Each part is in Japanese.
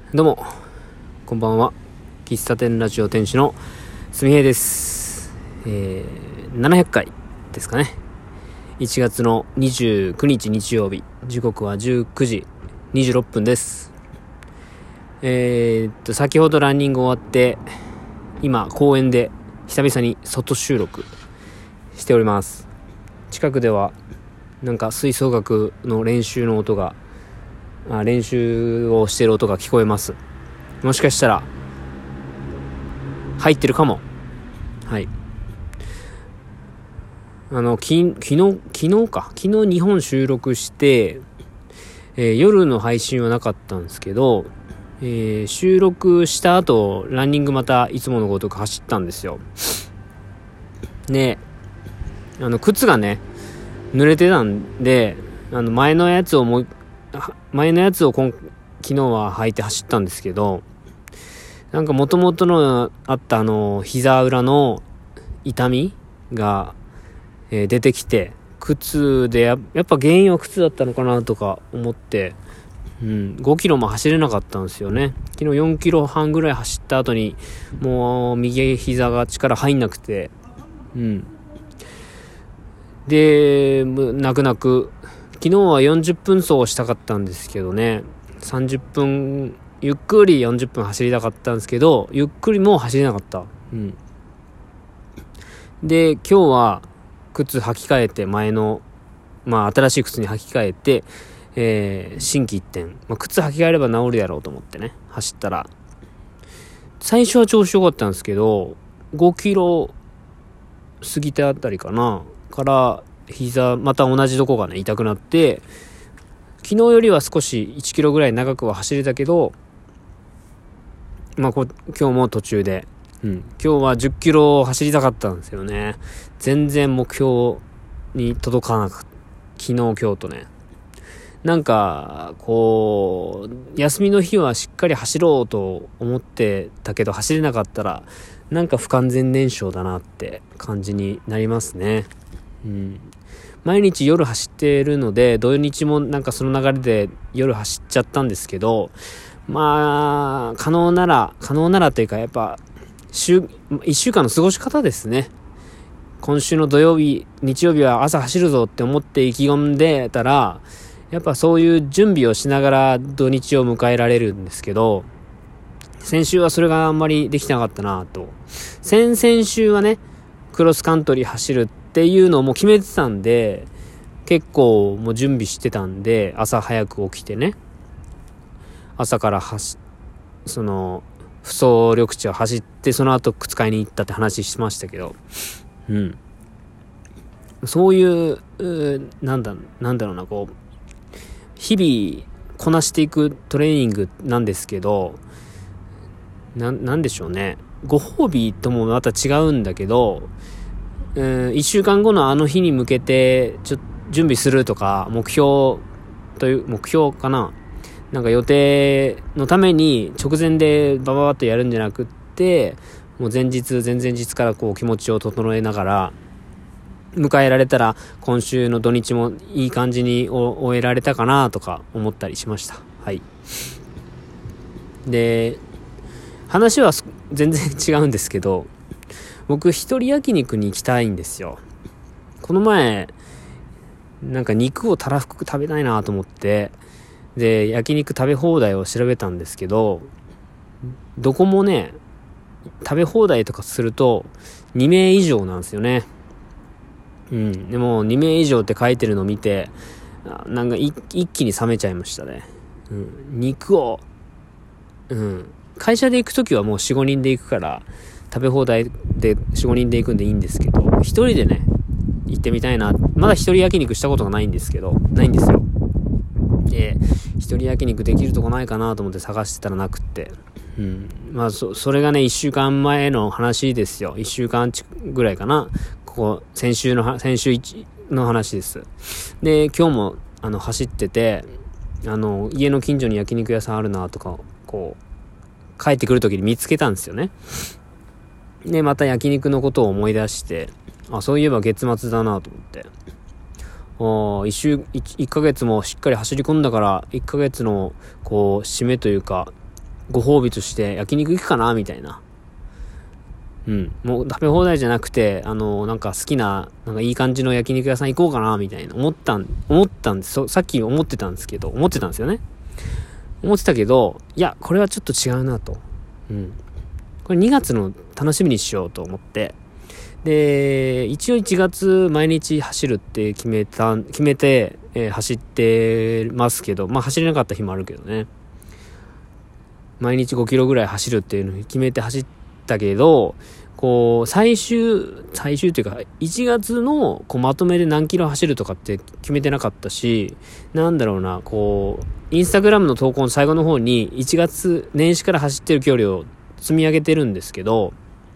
どうもこんばんは。喫茶店ラジオ店主のすみへいです。700回ですかね。1月の29日日曜日、時刻は19時26分です。先ほどランニング終わって今公園で久々に外収録しております。近くではなんか吹奏楽の練習をしている音が聞こえます。もしかしたら入ってるかも。はい。昨日2本収録して、夜の配信はなかったんですけど、収録した後ランニングまたいつものごとく走ったんですよ。ね、靴がね濡れてたんで、前のやつを昨日は履いて走ったんですけど、なんか元々のあった膝裏の痛みが、出てきて、靴でやっぱ原因は靴だったのかなとか思って、5キロも走れなかったんですよね。昨日4キロ半ぐらい走った後にもう右膝が力入んなくて、で泣く泣く昨日は40分走をしたかったんですけどね、30分ゆっくり40分走りたかったんですけど、ゆっくりもう走れなかった。で今日は靴履き替えて、前の新しい靴に履き替えて、心機一転、靴履き替えれば治るやろうと思ってね走ったら、最初は調子良かったんですけど、5キロ過ぎたあたりから膝また同じとこがね痛くなって、昨日よりは少し1キロぐらい長くは走れたけど、今日も途中で、今日は10キロ走りたかったんですよね。全然目標に届かなかった。昨日今日とね、なんか休みの日はしっかり走ろうと思ってたけど走れなかったら、なんか不完全燃焼だなって感じになりますね。毎日夜走ってるので、土日もなんかその流れで夜走っちゃったんですけど、可能ならというか、やっぱ1週間の過ごし方ですね。今週の土曜日日曜日は朝走るぞって思って意気込んでたら、やっぱそういう準備をしながら土日を迎えられるんですけど、先週はそれがあんまりできなかったなと。先々週はねクロスカントリー走るっていうのをもう決めてたんで、結構もう準備してたんで、朝早く起きてね、朝からその不走緑地を走って、その後靴買いに行ったって話しましたけど、そういうなんだろうな、日々こなしていくトレーニングなんですけど、なんでしょうね、ご褒美ともまた違うんだけど、1週間後のあの日に向けて準備するとか、目標かな、なんか予定のために直前でバババッとやるんじゃなくって、もう前々日から気持ちを整えながら迎えられたら、今週の土日もいい感じに終えられたかなとか思ったりしました。はい。で、話は全然違うんですけど、僕一人焼肉に行きたいんですよ。この前なんか肉をたらふく食べたいなと思って、で焼肉食べ放題を調べたんですけど、どこもね食べ放題とかすると2名以上なんですよね。でも2名以上って書いてるのを見て、なんか一気に冷めちゃいましたね。肉を会社で行くときはもう 4,5 人で行くから、食べ放題で 4,5 人で行くんでいいんですけど、一人でね行ってみたいな。まだ一人焼肉したことがないんですよ。で一人焼肉できるとこないかなと思って探してたらなくって、それがね1週間前の話ですよ。1週間ぐらいかな。先週の話です。で今日も走ってて、家の近所に焼肉屋さんあるなとか帰ってくるときに見つけたんですよね。でまた焼肉のことを思い出して、そういえば月末だなと思って、1ヶ月もしっかり走り込んだから、1ヶ月の締めというかご褒美として焼肉行くかなみたいな。もう食べ放題じゃなくて、なんか好きな、なんかいい感じの焼肉屋さん行こうかなみたいな思ったんです。さっき思ってたんですよね。思ってたけど、いや、これはちょっと違うなと。これ2月の楽しみにしようと思って。で、一応1月毎日走るって決めて、走ってますけど、まあ走れなかった日もあるけどね。毎日5キロぐらい走るっていうのを決めて走ったけど、こう、最終というか、1月のこうまとめで何キロ走るとかって決めてなかったし、なんだろうな、こう、インスタグラムの投稿の最後の方に1月年始から走ってる距離を積み上げてるんですけど、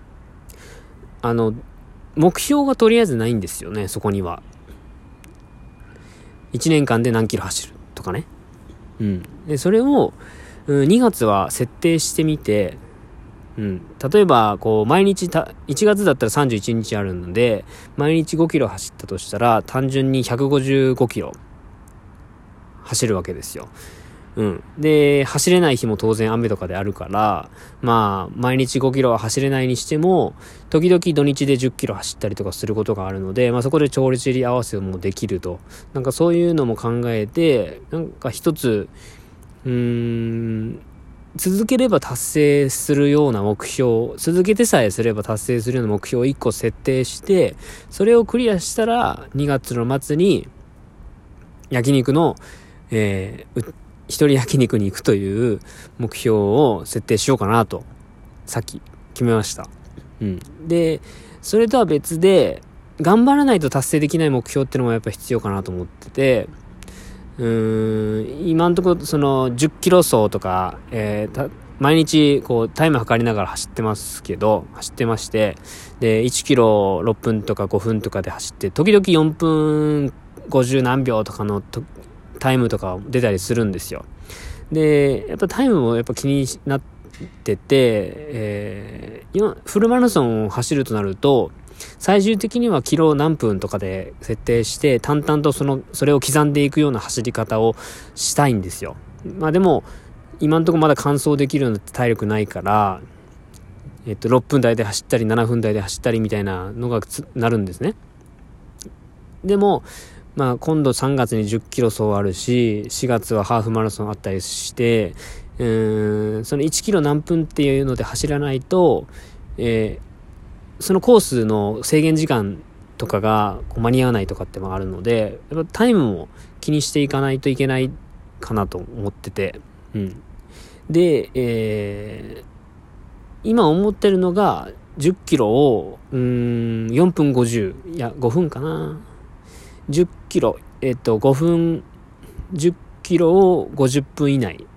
目標がとりあえずないんですよね、そこには。1年間で何キロ走るとかね。で、それを、2月は設定してみて、例えば、こう、毎日1月だったら31日あるので、毎日5キロ走ったとしたら、単純に155キロ走るわけですよ。で、走れない日も当然雨とかであるから、まあ、毎日5キロは走れないにしても、時々土日で10キロ走ったりとかすることがあるので、まあそこで調理合わせもできると。なんかそういうのも考えて、なんか一つ、続ければ達成するような目標、続けてさえすれば達成するような目標を1個設定して、それをクリアしたら2月の末に焼肉の、一人焼肉に行くという目標を設定しようかなとさっき決めました。で、それとは別で頑張らないと達成できない目標っていうのもやっぱ必要かなと思ってて、今のところその10キロ走とか、毎日こうタイム測りながら走ってまして、で1キロ6分とか5分とかで走って、時々4分50何秒とかのタイムとか出たりするんですよ。で、やっぱタイムもやっぱ気になってて、今フルマラソンを走るとなると最終的にはキロ何分とかで設定して淡々とそれを刻んでいくような走り方をしたいんですよ。まあでも今のところまだ完走できるような体力ないから、6分台で走ったり7分台で走ったりみたいなのがなるんですね。でもまあ今度3月に10キロ走あるし、4月はハーフマラソンあったりして、その1キロ何分っていうので走らないと、そのコースの制限時間とかが間に合わないとかってもあるので、やっぱタイムも気にしていかないといけないかなと思ってて、で、今思ってるのが10キロを4分50、いや5分かな、10キロ5分10キロを50分以内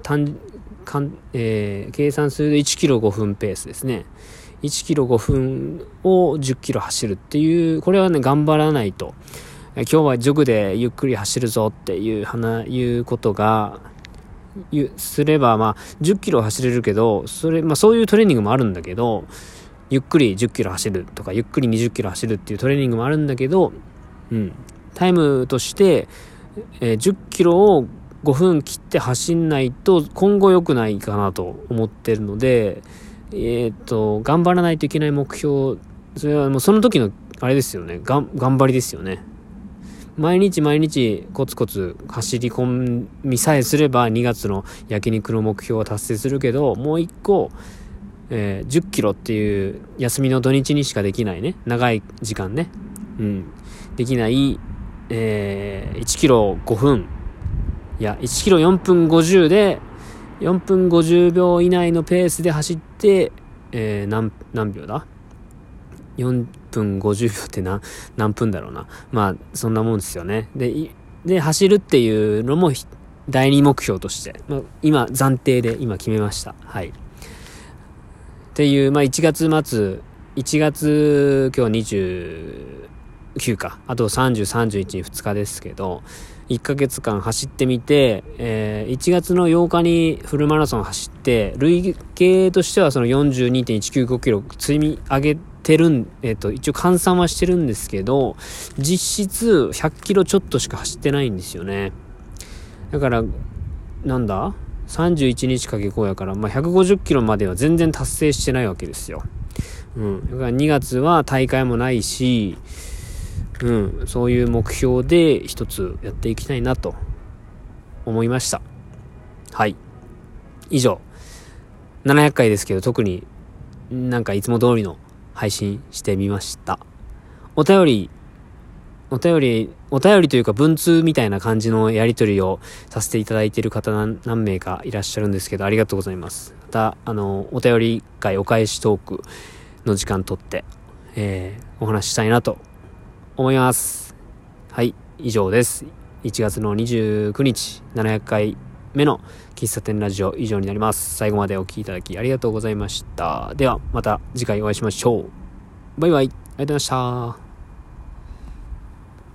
計算すると1キロ5分ペースですね。1キロ5分を10キロ走るっていう、これはね頑張らないと、今日はジョグでゆっくり走るぞっていうことがすれば、まあ10キロ走れるけど、そういうトレーニングもあるんだけど、ゆっくり10キロ走るとかゆっくり20キロ走るっていうトレーニングもあるんだけど、タイムとして、10キロを5分切って走んないと今後良くないかなと思ってるので、頑張らないといけない目標、それはもうその時のあれですよね、頑張りですよね。毎日コツコツ走り込みさえすれば2月の焼肉の目標は達成するけど、もう一個、10キロっていう休みの土日にしかできないね、長い時間ね、できない、1キロ5分、いや1キロ4分50で4分50秒以内のペースで走って、何秒だ4分50秒って何分だろうな、まあそんなもんですよね。で走るっていうのも第二目標として、今暫定で今決めました。はい。っていう、1月今日29か、あと30、31に2日ですけど、1ヶ月間走ってみて、1月の8日にフルマラソン走って、累計としてはその 42.195 キロ積み上げてる一応換算はしてるんですけど、実質100キロちょっとしか走ってないんですよね。だから、 31日かけこうやから、150キロまでは全然達成してないわけですよ。だから2月は大会もないし、そういう目標で一つやっていきたいなと思いました。はい。以上。700回ですけど、特になんかいつも通りの配信してみました。お便りというか文通みたいな感じのやり取りをさせていただいている方何名かいらっしゃるんですけど、ありがとうございます。また、お便り会お返しトークの時間とって、お話ししたいなと思います。はい、以上です。1月の29日、700回目の喫茶店ラジオ以上になります。最後までお聞きいただきありがとうございました。では、また次回お会いしましょう。バイバイ。ありがとうございました。